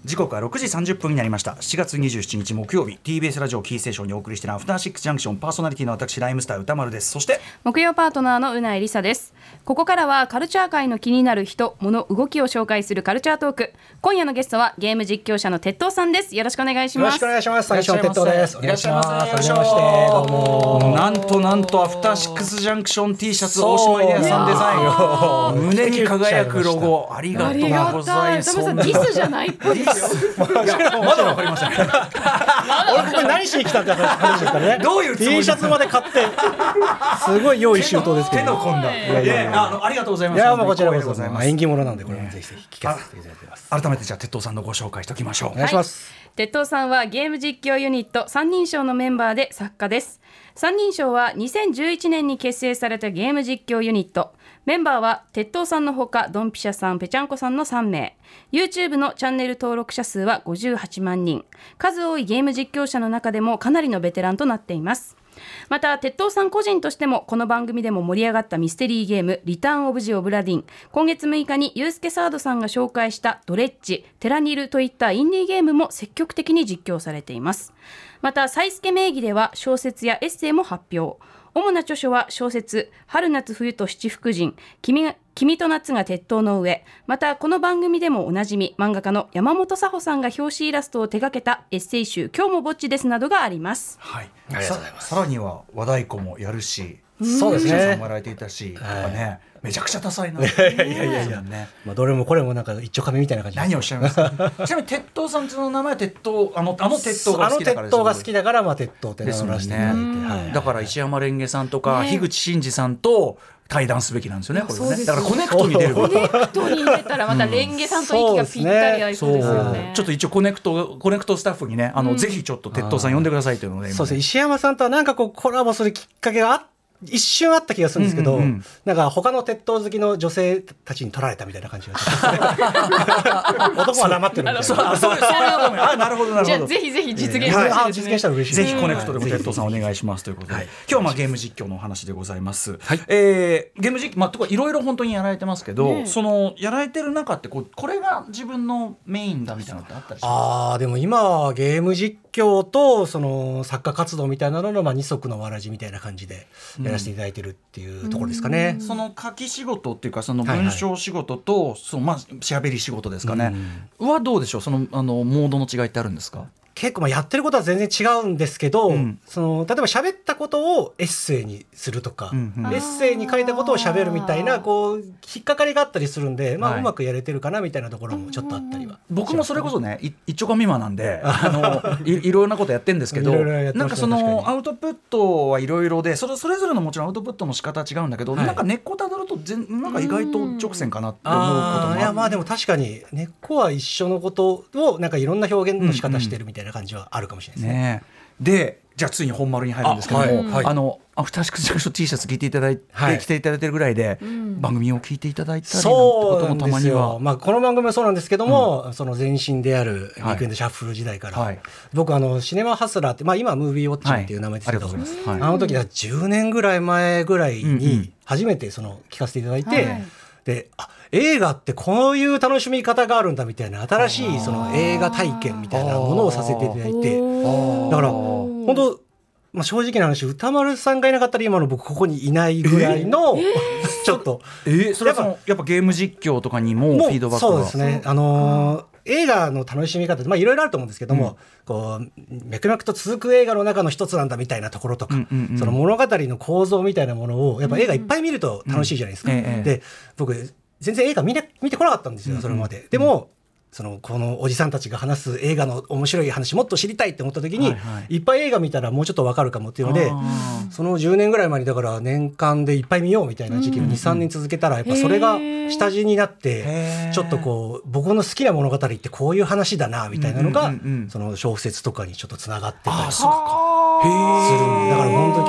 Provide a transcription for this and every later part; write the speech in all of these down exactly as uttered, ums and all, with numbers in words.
時刻はろくじさんじゅっぷんになりました。しちがつにじゅうしちにち木曜日、 ティービーエス ラジオキーステーションにお送りしているアフターシックスジャンクション、パーソナリティの私ライムスター歌丸です。そして木曜パートナーのうないりさです。ここからはカルチャー界の気になる人物動きを紹介するカルチャートーク。今夜のゲストはゲーム実況者の鉄道さんです。よろしくお願いします。 よろしくお願いします。最初の鉄道です。 いらっしゃいませ。 お願いします。どうも。 なんとなんとアフターシックスジャンクション T シャツ大島イデアさんデザイン、胸に輝くロゴ、ありがとうございます。 歌丸さんディスじゃないっぽいですよ。 いやまだわかりません。 俺ここに何しに来たって話ですからね。 どういうつもり T シャツまで買ってすごい用意周到ですけど。 手の込んだ。いやいやいや、あのありがとうございます。 いやもうこちらこそございます。 縁起物なんでこれもぜひぜひ聞かせていただいてます。 改めてじゃあ鉄道さんのご紹介しておきましょう。 お願いします。 はい、鉄道さんはゲーム実況ユニット三人称のメンバーで作家です。三人称はにせんじゅういちねんに結成されたゲーム実況ユニット。メンバーは鉄道さんのほかドンピシャさん、ぺちゃんこさんのさんめい。 YouTube のチャンネル登録者数はごじゅうはちまんにん。数多いゲーム実況者の中でもかなりのベテランとなっています。また鉄道さん個人としてもこの番組でも盛り上がったミステリーゲームリターンオブジオブラディン、今月むいかにユースケサードさんが紹介したドレッジ、テラニルといったインディーゲームも積極的に実況されています。またサイスケ名義では小説やエッセイも発表。主な著書は小説春夏冬と七福神、君、君と夏が鉄塔の上。またこの番組でもおなじみ漫画家の山本佐穂さんが表紙イラストを手掛けたエッセイ集今日もぼっちですなどがあります。 はい、 ありがとうございます。 さ, さらには和太鼓もやるし、 そうですね。 さんもやられていたし、やっぱね、めちゃくちゃ多彩な。 いやいやいやいや、ね、まあどれもこれもなんか一丁紙みたいな感じです。 何をおっしゃいますか。ちなみに鉄道さんの名前は鉄道、あのあの鉄道が好きだからです。 あの鉄道が好きだからまあ鉄道って名乗らせていただいて、 ね、 はい、 だから石山レンゲさんとか、ね、樋口真嗣さんと対談すべきなんですよね。これね。だからコネクトに出る。 コネクトに出たらまたレンゲさんと息がぴったり合いそうですよね。 ちょっと一応コネクトコネクトスタッフにね、あの、うん、ぜひちょっと鉄道さん呼んでくださいというので、 そうですね。石山さんとはなんかこうコラボするきっかけがあって。一瞬あった気がするんですけど、うんうんうん、なんか他の鉄道好きの女性たちに取られたみたいな感じがします男は黙ってるみたいな。 そうそうそうあ、なるほどなるほど。 じゃあぜひぜひ実現してほしいですね。 あ、実現したら嬉しい。 ぜひコネクトでも鉄道さんお願いしますということで、はい、今日はまあゲーム実況のお話でございます。はい、えー、ゲーム実況まあとかいろいろ本当にやられてますけど、ね、そのやられてる中ってこうこれが自分のメインだみたいなのってあったりしますか。 ああ、でも今はゲーム実況とその作家活動みたいなののまあ二足のわらじみたいな感じでやらせていただいてるっていうところですかね。 その書き仕事っていうかその文章仕事と、はいはい、そのまあ喋り仕事ですかね、うん、はどうでしょう。そのあのモードの違いってあるんですか。 結構まあやってることは全然違うんですけど、うん、その例えば喋ったことをエッセイにするとか、うんうん、エッセイに書いたことを喋るみたいなこう引っかかりがあったりするんで、まあ、うまくやれてるかなみたいなところもちょっとあったりは、 僕もそれこそね一丁紙マなんであの い, いろいろなことやってるんですけどなんかそのアウトプットはいろいろで そ, れそれぞれのもちろんアウトプットの仕方は違うんだけど、はい、なんか根っこたどると全なんか意外と直線かなって思うこともある。 いやまあでも確かに根っこは一緒のことをなんかいろんな表現の仕方してるみたいな感じはあるかもしれないですね。ねでじゃあついに本丸に入るんですけども、あ、はい、あのアフターシックスジャンクション T シャツ着ていただいて、はい、着ていただいてるぐらいで、うん、番組を聞いていただいたりなんてこともたまには。 まあ、この番組はそうなんですけども、うん、その前身であるウィークエンドシャッフル時代から、はい、僕あのシネマハスラーって、まあ、今ムービーウォッチっていう名前ですけど、はい、あ, あの時はじゅうねんぐらい前ぐらいに初めてその聞かせていただいて、はい、であ映画ってこういう楽しみ方があるんだみたいな新しいその映画体験みたいなものをさせていただいて、だから本当、まあ、正直な話歌丸さんがいなかったら今の僕ここにいないぐらいの、えー、ちょっとえー、それはそのやっぱゲーム実況とかにもフィードバックが。 そうですね、あのー映画の楽しみ方ってまあいろいろあると思うんですけども、うん、こう脈々と続く映画の中の一つなんだみたいなところとか、うんうんうん、その物語の構造みたいなものをやっぱ映画いっぱい見ると楽しいじゃないですか、うんうん、で僕全然映画見, な見てこなかったんですよそれまで、うんうん、でもそのこのおじさんたちが話す映画の面白い話もっと知りたいって思った時に、はいはい、いっぱい映画見たらもうちょっと分かるかもっていうのでそのじゅうねんぐらい前にだから年間でいっぱい見ようみたいな時期を に,さん 年続けたらやっぱそれが下地になってちょっとこう僕の好きな物語ってこういう話だなみたいなのがその小説とかにちょっとつながってたりする。だから本当今日は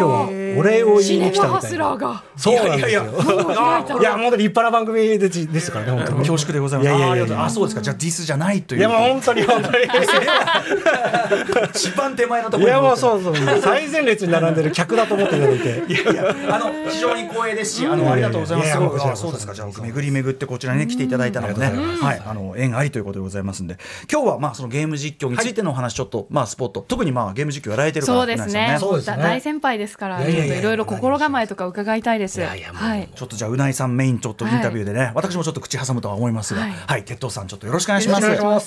お礼を言いに来たみたいな。 シネマハスラーがそうなんですよ。 いやいやいやいやもう立派な番組でですからね本当に。 恐縮でございます。 いやいやいやいやああそうですか。じゃあディスじゃないという。 いやもう本当に本当に一番手前のところに。 いやもうそうそう最前列に並んでる客だと思っていただいて。 いやいやあの非常に光栄ですし、あのありがとうございます。すごくあそうですか。じゃあ巡り巡ってこちらに、ね、来ていただいたのもね、はいあの縁ありということでございますんで、今日はまあそのゲーム実況についてのお話ちょっと、まあスポット特にまあゲーム実況やられてるから。 そうですね。そうですね。大先輩ですから、ちょっといろいろ心構えとか伺いたいです。 いやいやはい。 ちょっとじゃあうないさんメインちょっとインタビューでね、はい、私もちょっと口挟むとは思いますが、はい、はい、鉄道さんちょっとよろしくお願いします。 よろしくお願いします。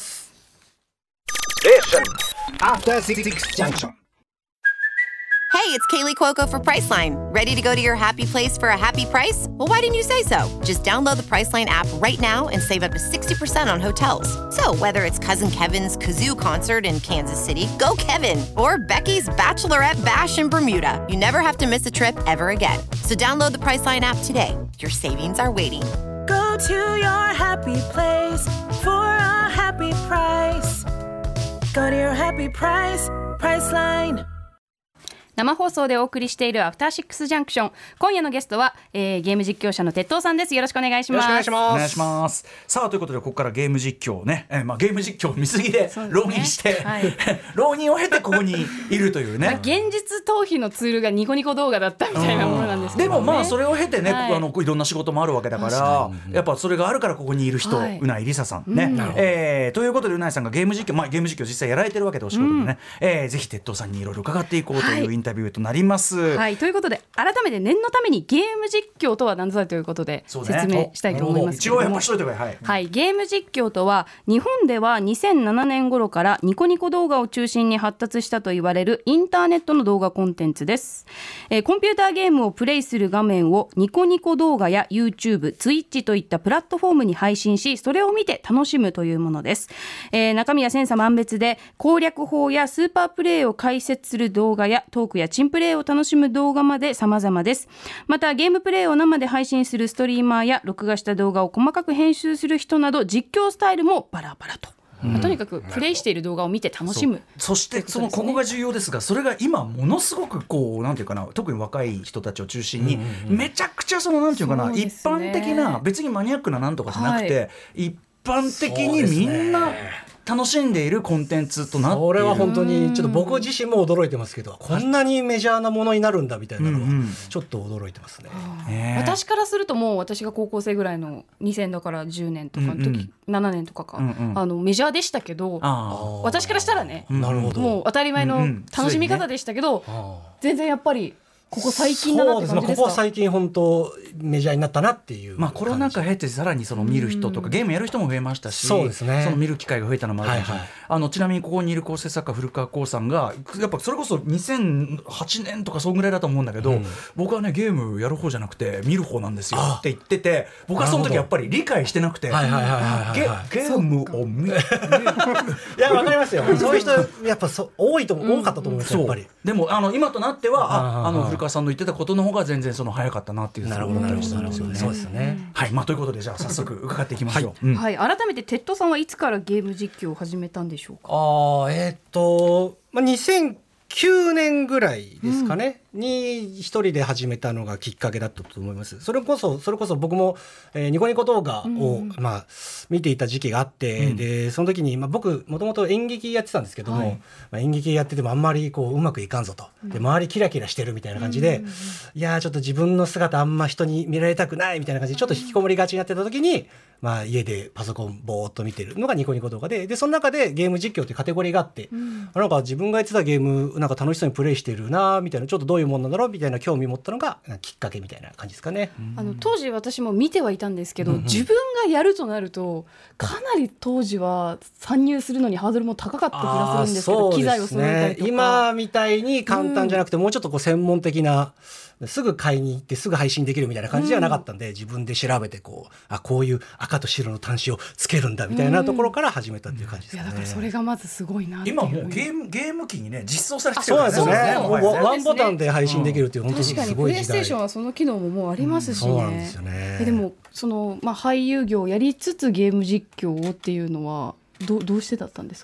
Hey, it's Kaylee Cuoco for Priceline. Ready to go to your happy place for a happy price? Well, why didn't you say so? Just download the Priceline app right now and save up to sixty percent on hotels. So whether it's Cousin Kevin's Kazoo Concert in Kansas City, go Kevin, or Becky's Bachelorette Bash in Bermuda, you never have to miss a trip ever again. So download the Priceline app today. Your savings are waiting. Go to your happy place for a happy price. Go to your happy price, Priceline. 生放送でお送りしているアフターシックスジャンクション、今夜のゲストは、えー、ゲーム実況者の鉄道さんです。よろしくお願いします。 よろしくお願いします。 お願いします。さあということでここからゲーム実況をね、えーまあ、ゲーム実況を見過ぎで浪人して、ねはい、浪人を経てここにいるというね、まあ、 現実逃避のツールがニコニコ動画だったみたいなものなんですけど、ね、 でもまあそれを経てね、はい、あのいろんな仕事もあるわけだからやっぱそれがあるからここにいる人、はい、うないりささんね、うんえー、ということでうないさんがゲーム実況、まあ、ゲーム実況実際やられてるわけでお仕事でね、うんえー、ぜひ鉄道さんにいろいろ伺っていこうというインタビューとなります、はいはい、ということで改めて念のためにゲーム実況とは何ぞやということで説明したいと思いますけれども、 一応やっぱしといてください、はいはい、ゲーム実況とは日本ではにせんななねん頃からニコニコ動画を中心に発達したと言われるインターネットの動画コンテンツです、えー、コンピューターゲームをプレイする画面をニコニコ動画や YouTube、Twitch といったプラットフォームに配信し、それを見て楽しむというものです、えー、中身は千差万別で攻略法やスーパープレイを解説する動画やトークやチンプレイを楽しむ動画まで様々です。またゲームプレイを生で配信するストリーマーや録画した動画を細かく編集する人など実況スタイルもバラバラと、うんまあ、とにかくプレイしている動画を見て楽しむ。 そ, そしてそのここが重要ですが、それが今ものすごくこうなんていうかな、特に若い人たちを中心にめちゃくちゃそのなんていうかな、一般的な別にマニアックななんとかじゃなくて、はい、一般的にみんな楽しんでいるコンテンツとなっている。 それは本当にちょっと僕自身も驚いてますけど、こんなにメジャーなものになるんだみたいなのはちょっと驚いてますね、 うんうん、私からするともう私が高校生ぐらいのにせんだからじゅうねんとかの時、うんうん、ななねんとかか、うんうん、あのメジャーでしたけど、私からしたらね、 なるほど、 もう当たり前の楽しみ方でしたけど、うんうんね、全然やっぱりここ最近だなって感じですか。 そうですね、ここは最近本当メジャーになったなっていう、 まあ、コロナ禍経てさらにその見る人とかゲームやる人も増えましたし、 そうですね、 その見る機会が増えたのもあるかもしれない、はいはい、あのちなみにここにいる構成作家古川光さんがやっぱそれこそにせんはちねんとかそんぐらいだと思うんだけど、うん、僕はねゲームやる方じゃなくて見る方なんですよって言ってて、僕はその時やっぱり理解してなくて、ゲームを見るいやわかりますよそういう人やっぱそ多いと多かったと思います、うん、やっぱり。 でもあの今となってはああの古川さんの言ってたことの方が全然その早かったなっていう。 なるほどなるほどなるほど、ね、そうですね、 はい、まあ、ということでじゃあ早速伺っていきましょう、はいうんはい、改めてテッドさんはいつからゲーム実況を始めたんでしょうか。 あえー、っと、まあ、にせんきゅうねんぐらいですかね、うん、に一人で始めたのがきっかけだったと思います。それこそそれこそ僕も、えー、ニコニコ動画を、うんまあ、見ていた時期があって、うん、でその時に、まあ、僕もともと演劇やってたんですけども、はいまあ、演劇やっててもあんまりこううまくいかんぞと、で周りキラキラしてるみたいな感じで、うん、いやちょっと自分の姿あんま人に見られたくないみたいな感じでちょっと引きこもりがちになってた時に、まあ、家でパソコンぼーっと見てるのがニコニコ動画で、でその中でゲーム実況っていうカテゴリーがあって、うん、なんか自分がやってたゲームなんか楽しそうにプレイしてるなみたいな、ちょっとどういうもんなんだろうみたいな興味持ったのがきっかけみたいな感じですかね。 あの当時私も見てはいたんですけど、 うんうん、 自分がやるとなるとかなり当時は参入するのにハードルも高かった気がするんですけど、機材を揃えたりとか今みたいに簡単じゃなくて、もうちょっとこう専門的なすぐ買いに行ってすぐ配信できるみたいな感じではなかったんで、うん、自分で調べてこうあこういう赤と白の端子をつけるんだみたいなところから始めたっていう感じですかね、 うん、いやだからそれがまずすごいなっていう。 今もうゲーム、ゲーム機にね実装されてるからね。 そうですね、もうワンボタンで配信できるっていう、うん、本当にすごい時代。 確かにプレイステーションはその機能ももうありますしね、うん、そうなんですよね。でもその、まあ、俳優業をやりつつゲーム実況をっていうのは ど, どうしてだったんですか。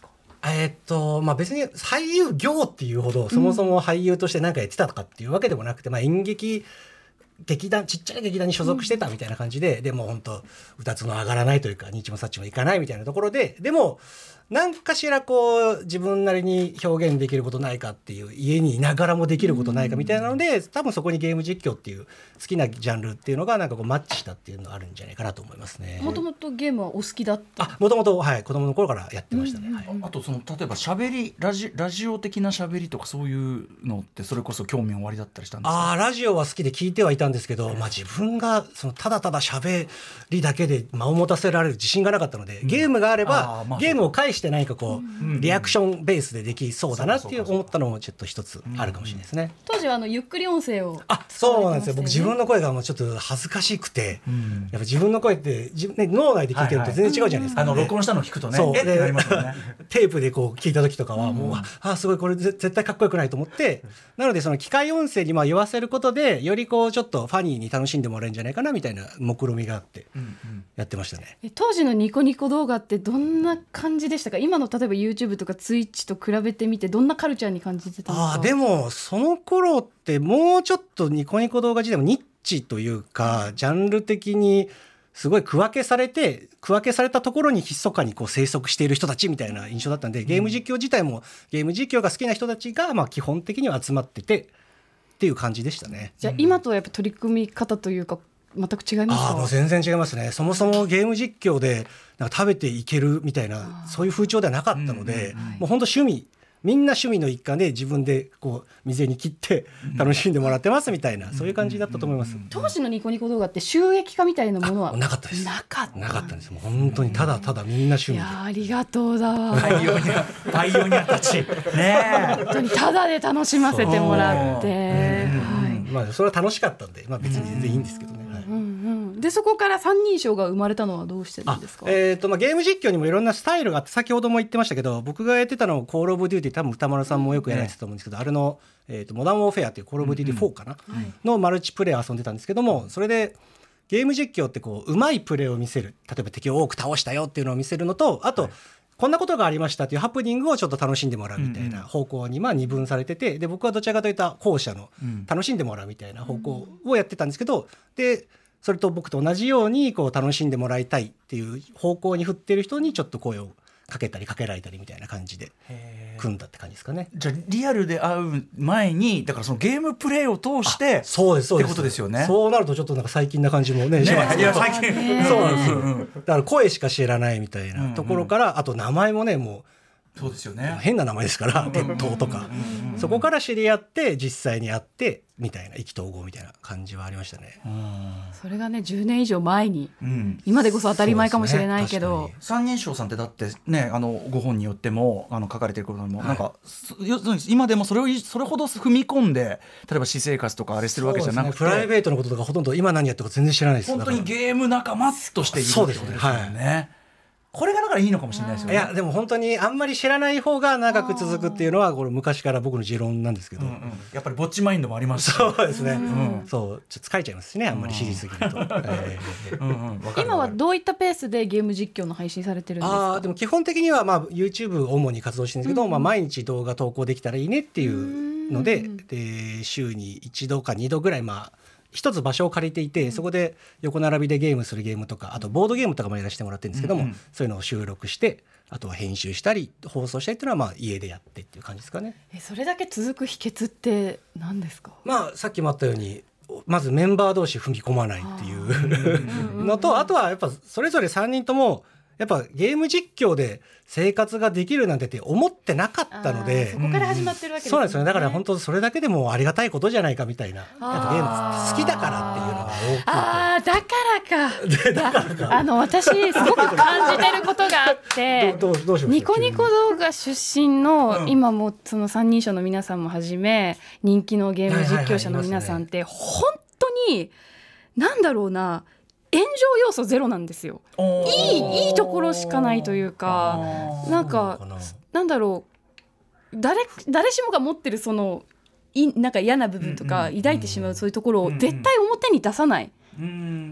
えーっとまあ、別に俳優業っていうほどそもそも俳優として何かやってたとかっていうわけでもなくて、まあ、演劇劇団ちっちゃい劇団に所属してたみたいな感じで、うん、でも本当うたつの上がらないというか日もさっちもいかないみたいなところで、でも何かしらこう自分なりに表現できることないかっていう、家にいながらもできることないかみたいなので、多分そこにゲーム実況っていう好きなジャンルっていうのがなんかこうマッチしたっていうのがあるんじゃないかなと思いますね。 もともとゲームはお好きだった？ あ、もともとはい子供の頃からやってましたね、うんうんうん、 はい、あとその例えば喋りラジラジオ的な喋りとかそういうのってそれこそ興味おありだったりしたんですか？ あ、ラジオは好きで聞いてはいたんですけど、まあ、自分がそのただただ喋りだけで間を持たせられる自信がなかったので、うん、ゲームがあれば、あ、まあ、ゲームを介して何かこう、うん、リアクションベースでできそうだなっていう思ったのもちょっと一つあるかもしれないですね、うんうん、 当時はあのゆっくり音声を、 あ、そうなんですよ。僕自分の声がもうちょっと恥ずかしくて、うん、やっぱ自分の声ってじ、ね、脳内で聞いてると全然違うじゃないですか、ね、 はいはい、あの録音したのを聞くとね、 そうえってなりますよねテープでこう聞いた時とかはもう、うん、あすごいこれ絶対かっこよくないと思って、なのでその機械音声にまあ言わせることでよりこうちょっとファニーに楽しんでもらえるんじゃないかなみたいな目論みがあってやってましたね、 うんうん、当時のニコニコ動画ってどんな感じでしたか？今の例えば YouTube とか Twitch と比べてみてどんなカルチャーに感じてたんですか？ あ、でもその頃ってもうちょっとニコニコ動画自体もニッチというかジャンル的にすごい区分けされて区分けされたところに密かにこう生息している人たちみたいな印象だったんで、ゲーム実況自体もゲーム実況が好きな人たちがまあ基本的には集まっててっていう感じでしたね。 じゃあ今とはやっぱ取り組み方というか全く違いますか？ あ、もう全然違いますね。そもそもゲーム実況でなんか食べていけるみたいなそういう風潮ではなかったので、うんうんうん、もう本当趣味みんな趣味の一環で自分でこう水に切って楽しんでもらってますみたいな、うん、そういう感じだったと思います。 当時のニコニコ動画って収益化みたいなものはなかったです。 なかったなかったんです。もう本当にただただみんな趣味で。いやありがとうだわパイオニアパイオニアたちね本当にただで楽しませてもらって、 はい、まあ、それは楽しかったんで、まあ、別に全然いいんですけどね、はい、 うんうん、でそこから三人称が生まれたのはどうしてなんですか？ えーとまあ、ゲーム実況にもいろんなスタイルがあって、先ほども言ってましたけど、僕がやってたのはコールオブデューティー、多分歌丸さんもよくやられてたと思うんですけど、うん、あれの、えーとモダンウォーフェアっていうコールオブデューティーフォーかな、うんうん、のマルチプレイを遊んでたんですけども、それでゲーム実況ってこう上手いプレイを見せる、例えば敵を多く倒したよっていうのを見せるのと、あと、はい、こんなことがありましたっていうハプニングをちょっと楽しんでもらうみたいな方向にまあ二分されてて、で僕はどちらかといった後者の楽しんでもらうみたいな方向をやってたんですけど、でそれと僕と同じようにこう楽しんでもらいたいっていう方向に振ってる人にちょっと声をかけたりかけられたりみたいな感じで組んだって感じですかね。 じゃあリアルで会う前にだからそのゲームプレイを通してそうですそうですってことですよね。 そうなるとちょっとなんか最近な感じもね、ね、しますけど、いや最近そうなんですよ、うんうん、だから声しか知らないみたいなところから、うんうん、あと名前もねもうそうですよね、 変な名前ですから鉄塔とか、そこから知り合って実際に会ってみたいな意気投合みたいな感じはありましたね。 それがねじゅうねん以上前に、うん、今でこそ当たり前かもしれないけど、 ね、三人称さんってだってね、あのご本によってもあの書かれてることも、はい、なんか今でもそれをそれほど踏み込んで例えば私生活とかあれしてるわけじゃなくて、 ね、プライベートのこととかほとんど今何やってるか全然知らないです。 本当にゲーム仲間としているってことですよね。そうですね、はい、これがだからいいのかもしれないですよね。 いやでも本当にあんまり知らない方が長く続くっていうのはこれ昔から僕の持論なんですけど、うんうん、 やっぱりぼっちマインドもありますし、 そうですね、うん、そうちょっと疲れちゃいますしね、あんまり知りすぎると、うんえーうんうん、今はどういったペースでゲーム実況の配信されてるんですか？ あでも基本的にはまあ YouTube を主に活動してるんですけど、うんまあ、毎日動画投稿できたらいいねっていうので、うん、で週にいちどかにどぐらいまあ一つ場所を借りていて、そこで横並びでゲームするゲームとか、あとボードゲームとかもやらせてもらってるんですけども、うんうん、そういうのを収録してあとは編集したり放送したりっていうのはまあ家でやってっていう感じですかね。 えそれだけ続く秘訣って何ですか？ まあさっきもあったようにまずメンバー同士踏み込まないっていうのと、あとはやっぱそれぞれさんにんともやっぱゲーム実況で生活ができるなんてって思ってなかったので、 そこから始まってるわけですね。 そうなんですよね。だから本当それだけでもありがたいことじゃないかみたいな、やっぱゲーム好きだからっていうのが大きくて、 あだからかだあの私すごく感じてることがあってどうどうどうしましょう。ニコニコ動画出身の、うん、今もその三人称の皆さんもはじめ人気のゲーム実況者の皆さんって本当になんだろうな、炎上要素ゼロなんですよ。いいいいところしかないというか、なんかなんだろう、誰誰しもが持ってるそのいなんか嫌な部分とか抱いてしまうそういうところを絶対表に出さない。うん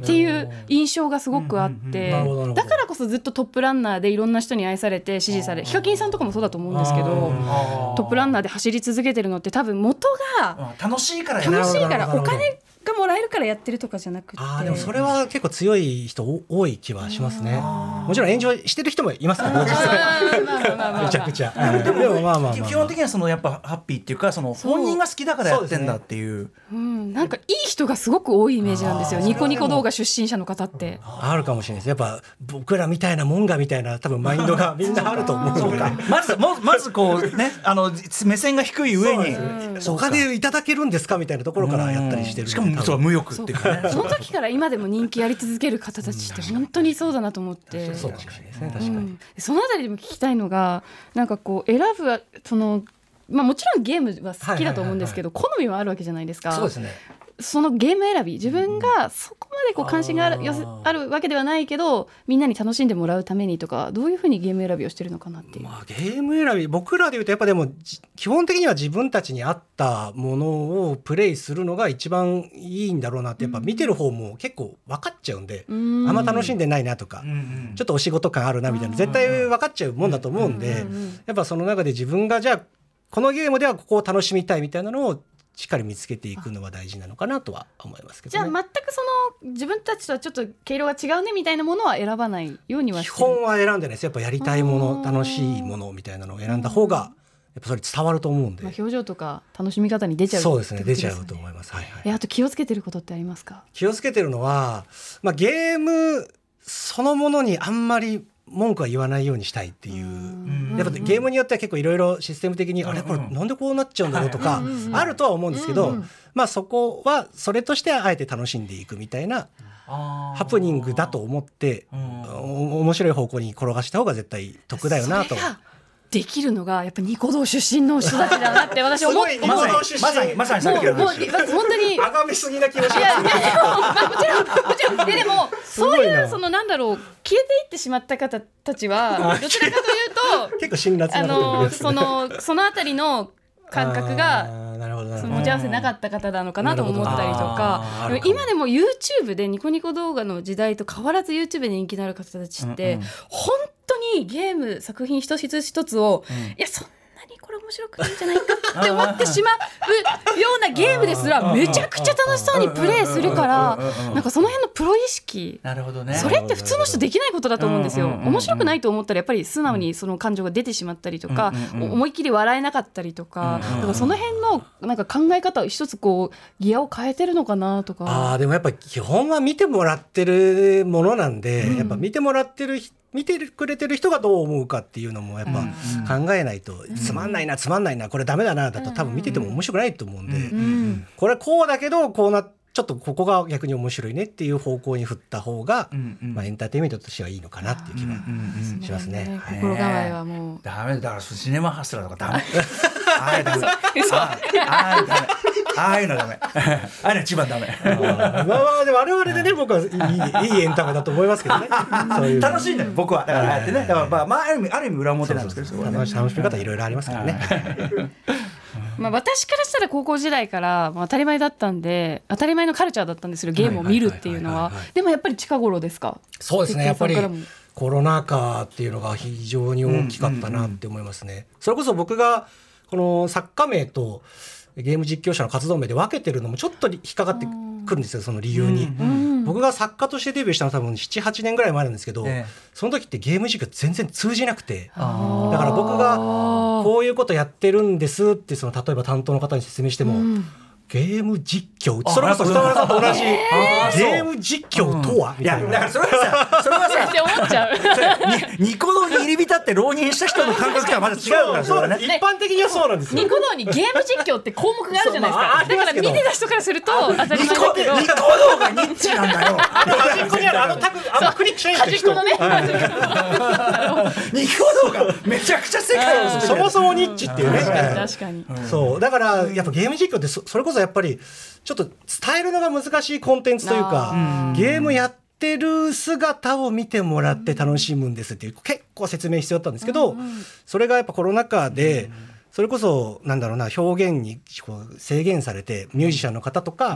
っていう印象がすごくあって、だからこそずっとトップランナーでいろんな人に愛されて支持され、ヒカキンさんとかもそうだと思うんですけど、トップランナーで走り続けてるのって多分元が楽しいから楽しいからお金がもらえるからやってるとかじゃなくて、 あでもそれは結構強い人多い気はしますね。もちろん炎上してる人もいますからね、実際めちゃくちゃ。 でもまあまあ基本的にはそのやっぱハッピーっていうか、その本人が好きだからやってんだっていう、 うん、なんかいい人がすごく多いイメージなんですよ、ニコニコ動画出身者の方って。 あるかもしれないです。やっぱ僕らみたいなもんがみたいな多分マインドがみんなあると思うのでまずまずこうね、あの目線が低い上にお金いただけるんですかみたいなところからやったりしてる。 しかもそう無欲っていうかね、 その時から今でも人気やり続ける方たちって本当にそうだなと思って、 そうかもしれないですね、確かに、うん、 そのあたりでも聞きたいのが、なんかこう選ぶその、まあ、もちろんゲームは好きだと思うんですけど、好みはあるわけじゃないですか。 そうですね。 そのゲーム選び、自分がそこまでこう関心がある、あ, あるわけではないけどみんなに楽しんでもらうためにとか、どういうふうにゲーム選びをしてるのかなっていう、 まあ、ゲーム選び僕らでいうとやっぱでも基本的には自分たちに合ったものをプレイするのが一番いいんだろうなって、やっぱ見てる方も結構分かっちゃうんで、うん、あんま楽しんでないなとか、うん、ちょっとお仕事感あるなみたいな絶対分かっちゃうもんだと思うんで、うん、やっぱその中で自分がじゃあこのゲームではここを楽しみたいみたいなのをしっかり見つけていくのは大事なのかなとは思いますけどね。 じゃあ全くその自分たちとはちょっと毛色が違うねみたいなものは選ばないようにはしてる。 基本は選んでないです。やっぱやりたいもの、楽しいものみたいなのを選んだ方がやっぱそれ伝わると思うんで、 まあ、表情とか楽しみ方に出ちゃう、 そうですね、出ちゃうと思います、はいはい、 えあと気をつけてることってありますか？ 気をつけてるのは、まあ、ゲームそのものにあんまり文句は言わないようにしたいっていう、やっぱゲームによっては結構いろいろシステム的に、うんうん、あれこれなんでこうなっちゃうんだろうとかあるとは思うんですけど、うんうん、まあそこはそれとしてあえて楽しんでいくみたいなハプニングだと思って、うん、面白い方向に転がした方が絶対得だよなと。 できるのがやっぱニコ動出身の人たちだなって私思ってまさにまさにまさにさっきの話、 もう本当にあがめすぎな気がします。 いやいやももちろんもちろんででもそういうそのなんだろう消えていってしまった方たちはどちらかというと結構辛辣な、 あのそのそのあたりの感覚が持ち合わせなかった方なのかなと思ったりとか、でも今でも YouTube でニコニコ動画の時代と変わらず YouTube で人気のある方たちって、うんうん、本当にゲーム作品一つ一つを、うん、いやそんなにこれ面白くないんじゃないかって思ってしまうようなゲームですらめちゃくちゃ楽しそうにプレイするから、なんかその辺のプロ意識、 なるほどね、 それって普通の人できないことだと思うんですよ。面白くないと思ったらやっぱり素直にその感情が出てしまったりとか、思いっきり笑えなかったりとか、だからその辺のなんか考え方を一つこうギアを変えてるのかなとか。 あでもやっぱり基本は見てもらってるものなんで、うん、やっぱ見てもらってる人見てくれてる人がどう思うかっていうのもやっぱ考えないと、うん、つまんないなつまんないなこれダメだなだと多分見てても面白くないと思うんで、うん、これこうだけどこうなちょっとここが逆に面白いねっていう方向に振った方が、うんうん、まあ、エンターテインメントとしてはいいのかなっていう気がしますね、うんうんうん、 心構えはもうダメだからシネマハスラーとかダメああいうダメああいうのダメああいうの一番ダメまあまあでも我々でね僕はいい、いいエンタメだと思いますけどねそういう楽しいんだよ僕はだからああやってねだからまあ、まあ、ある意味ある意味裏表なんですけど、そうそうそう、 楽しみ方いろいろありますからねまあ、私からしたら高校時代から当たり前だったんで当たり前のカルチャーだったんですけどゲームを見るっていうのはでもやっぱり近頃ですか？ そうですね、やっぱりコロナ禍っていうのが非常に大きかったなって思いますね、うんうんうん、それこそ僕がこの作家名とゲーム実況者の活動名で分けてるのもちょっと引っかかってくるんですよ、その理由に、うんうん、僕が作家としてデビューしたのは多分 ななはちねんぐらい前なんですけど、ええ、その時ってゲーム実況全然通じなくて、だから僕がこういうことやってるんですってその例えば担当の方に説明しても、うん、ゲーム実況それこそ歌丸さんと同じ、えー、ゲーム実況とは、うん、みたいな。 いやだからそれはさそれはさって思っちゃうニコ動に入り浸って浪人した人の感覚とはまた違うからそうね、一般的にはそうなんですよ。 ニコ動にゲーム実況って項目があるじゃないですか、まあ、だから見てた人からすると当たり前だけどニコ動がニッチなんだよあの端っこにあるあのタグあのクリックしない端っこのねニコ動がめちゃくちゃ世界をそ, そもそもニッチっていうね確かに、 そうだからやっぱゲーム実況って そ, それこそやっぱりちょっと伝えるのが難しいコンテンツというか、ゲームやってる姿を見てもらって楽しむんですっていう結構説明必要だったんですけど、それがやっぱコロナ禍でそれこそなんだろうな表現にこう制限されてミュージシャンの方とか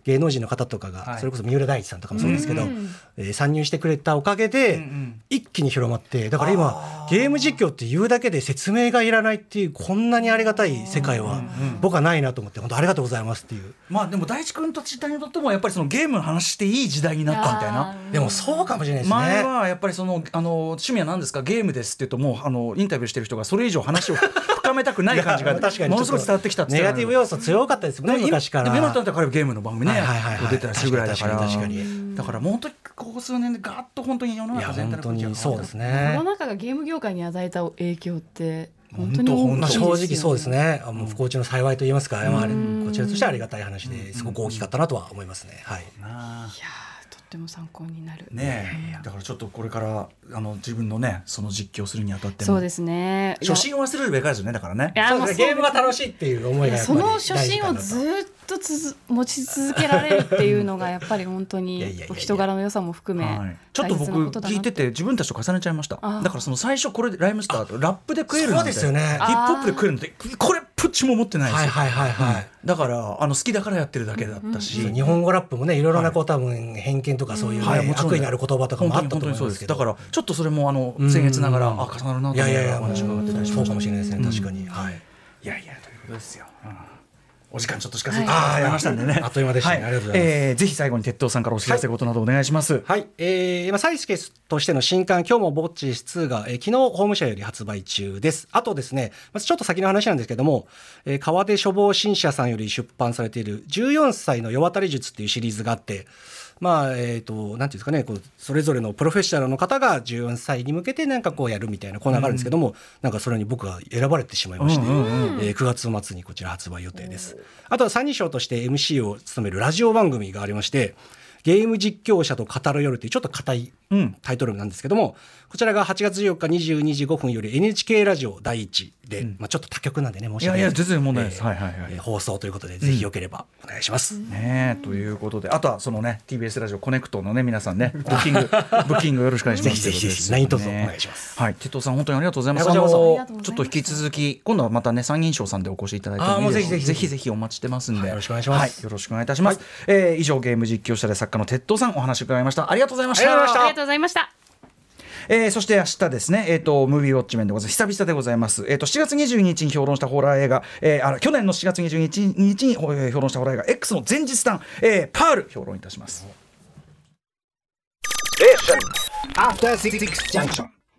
芸能人の方とかが、はい、それこそ三浦大知さんとかもそうですけど、うんうんえー、参入してくれたおかげで、うんうん、一気に広まってだから今ゲーム実況って言うだけで説明がいらないっていうこんなにありがたい世界は僕はないなと思って本当ありがとうございますっていう。 まあでも大地君とちったにとってもやっぱりそのゲームの話していい時代になったみたいな。 でもそうかもしれないですね。 前はやっぱりそのあの趣味は何ですかゲームですって言うともうあのインタビューしてる人がそれ以上話を深めたくない感じがものすごい伝わってきたってネガティブ要素強かったですもんね昔から。 でも今だったら彼はゲームの番組ね、はいはいはいはい、出てらっしゃるぐらいだから確かに確かにだからもう本当にここ数年でガッと本当に世の中全体の雰囲気が変わった。そうですね。 コロナ禍がゲーム業界に与えた影響って本当に大きいですよね。 正直そうですね。あの不幸中の幸いと言いますか、まあ、こちらとしてはありがたい話ですごく大きかったなとは思いますね。はい。いやとっても参考になるね。だからちょっとこれからあの自分のねその実況するにあたってもそうですね。 初心を忘れるべきですよね。だからね。 そうですね。ゲームが楽しいっていう思いがやっぱりその初心をずっとつ持ち続けられるっていうのがやっぱり本当に人柄の良さも含め、はい、 ちょっと僕聞いてて自分たちと重ねちゃいました。だからその最初これでライムスターとラップで食えるなんて、 そうですよね。 ヒップホップで食えるのってこれプッチも持ってないですよ。 はいはいはいはい。 だからあの好きだからやってるだけだったし、 うんうん、日本語ラップもねいろいろなこう多分偏見とかそういう、ねはい、悪意のある言葉とかもあったと思いますけど、 だからちょっとそれもあの僭越ながら、うん、あ重なるなと思ってお話伺ってたりしました。 そうかもしれないですね、確かに、はい、 いやいやということですよ、うん、お時間ちょっと近づいてまいりましたんでね、 あっという間でしたね、はい、ありがとうございます、 えー、ぜひ最後に鉄道さんからお知らせことなどお願いします。 はい、はい、えーまあ、サイスケとしての新刊今日もぼっちツーが、えー、昨日法務省より発売中です。あとですね、まずちょっと先の話なんですけども、えー、川出書房新社さんより出版されているじゅうよんさいの世渡り術っていうシリーズがあって、まあえーと、なんていうんですかね、こうそれぞれのプロフェッショナルの方がじゅうよんさいに向けてなんかこうやるみたいなコーナーがあるんですけども、うん、なんかそれに僕が選ばれてしまいまして、うんうんうんえー、くがつ末にこちら発売予定です。あとは三人称として エムシー を務めるラジオ番組がありまして、ゲーム実況者と語る夜というちょっと硬いタイトルなんですけども、うん、こちらがはちがつじゅうよっかにじゅうにじごふんより エヌエイチケー ラジオだいいちで、うんまあ、ちょっと他局なんでね申し訳ない、 いやいや全然問題です、えーはいはいはいえー、放送ということでぜひよければお願いします、 うんね、ということであとはそのね ティービーエス ラジオコネクトのね皆さんねブッキングブッキングよろしくお願いします。 ぜひぜひ何卒お願いします。 はい、鉄道さん本当にありがとうございます。あのちょっと引き続き今度はまたね参議院賞さんでお越しいただいてもいいですか。ぜひぜひぜひお待ちしてますんで、はい、 よろしくお願いします、 はい、よろしくお願いいたします、はいえー、以上ゲーム実況者で作家の鉄道さんお話伺いました。ありがとうございました。 ありがとうございました。 えー、そして明日ですね、えー、とムービーウォッチメンでございます。久々でございます、えー、としちがつにじゅうににちに評論したホラー映画、えー、あ去年のしちがつにじゅうににちに評論したホラー映画 X の前日談、えー、パール評論いたします。After Six Junction